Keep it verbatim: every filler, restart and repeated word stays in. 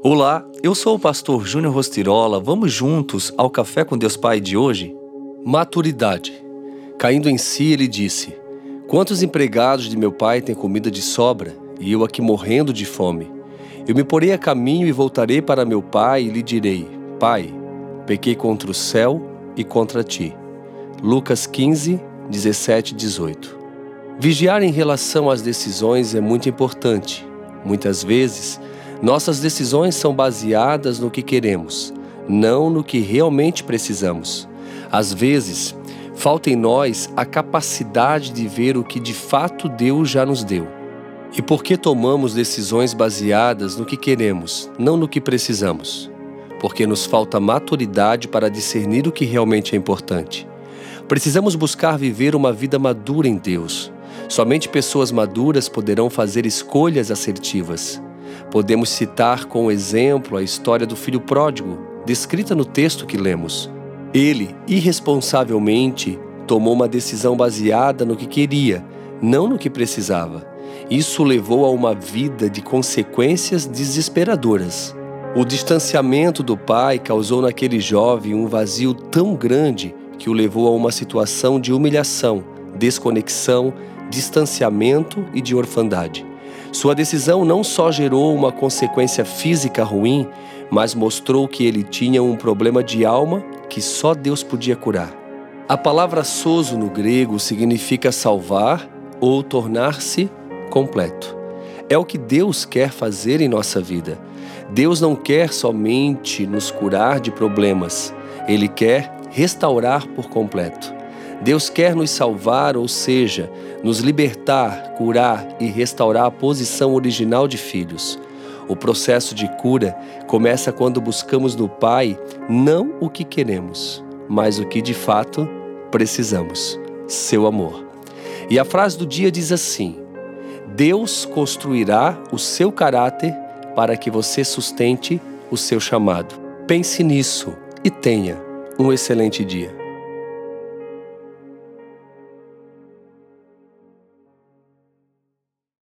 Olá, eu sou o pastor Júnior Rostirola. Vamos juntos ao Café com Deus Pai de hoje? Maturidade. Caindo em si, ele disse: Quantos empregados de meu pai têm comida de sobra, e eu aqui morrendo de fome? Eu me porei a caminho e voltarei para meu pai e lhe direi: Pai, pequei contra o céu e contra ti. Lucas quinze, dezessete e dezoito. Vigiar em relação às decisões é muito importante. Muitas vezes, nossas decisões são baseadas no que queremos, não no que realmente precisamos. Às vezes, falta em nós a capacidade de ver o que de fato Deus já nos deu. E por que tomamos decisões baseadas no que queremos, não no que precisamos? Porque nos falta maturidade para discernir o que realmente é importante. Precisamos buscar viver uma vida madura em Deus. Somente pessoas maduras poderão fazer escolhas assertivas. Podemos citar com exemplo a história do filho pródigo, descrita no texto que lemos. Ele, irresponsavelmente, tomou uma decisão baseada no que queria, não no que precisava. Isso levou a uma vida de consequências desesperadoras. O distanciamento do pai causou naquele jovem um vazio tão grande que o levou a uma situação de humilhação, desconexão, distanciamento e de orfandade. Sua decisão não só gerou uma consequência física ruim, mas mostrou que ele tinha um problema de alma que só Deus podia curar. A palavra sozo no grego significa salvar ou tornar-se completo. É o que Deus quer fazer em nossa vida. Deus não quer somente nos curar de problemas, Ele quer restaurar por completo. Deus quer nos salvar, ou seja, nos libertar, curar e restaurar a posição original de filhos. O processo de cura começa quando buscamos no Pai não o que queremos, mas o que de fato precisamos: seu amor. E a frase do dia diz assim: Deus construirá o seu caráter para que você sustente o seu chamado. Pense nisso e tenha um excelente dia.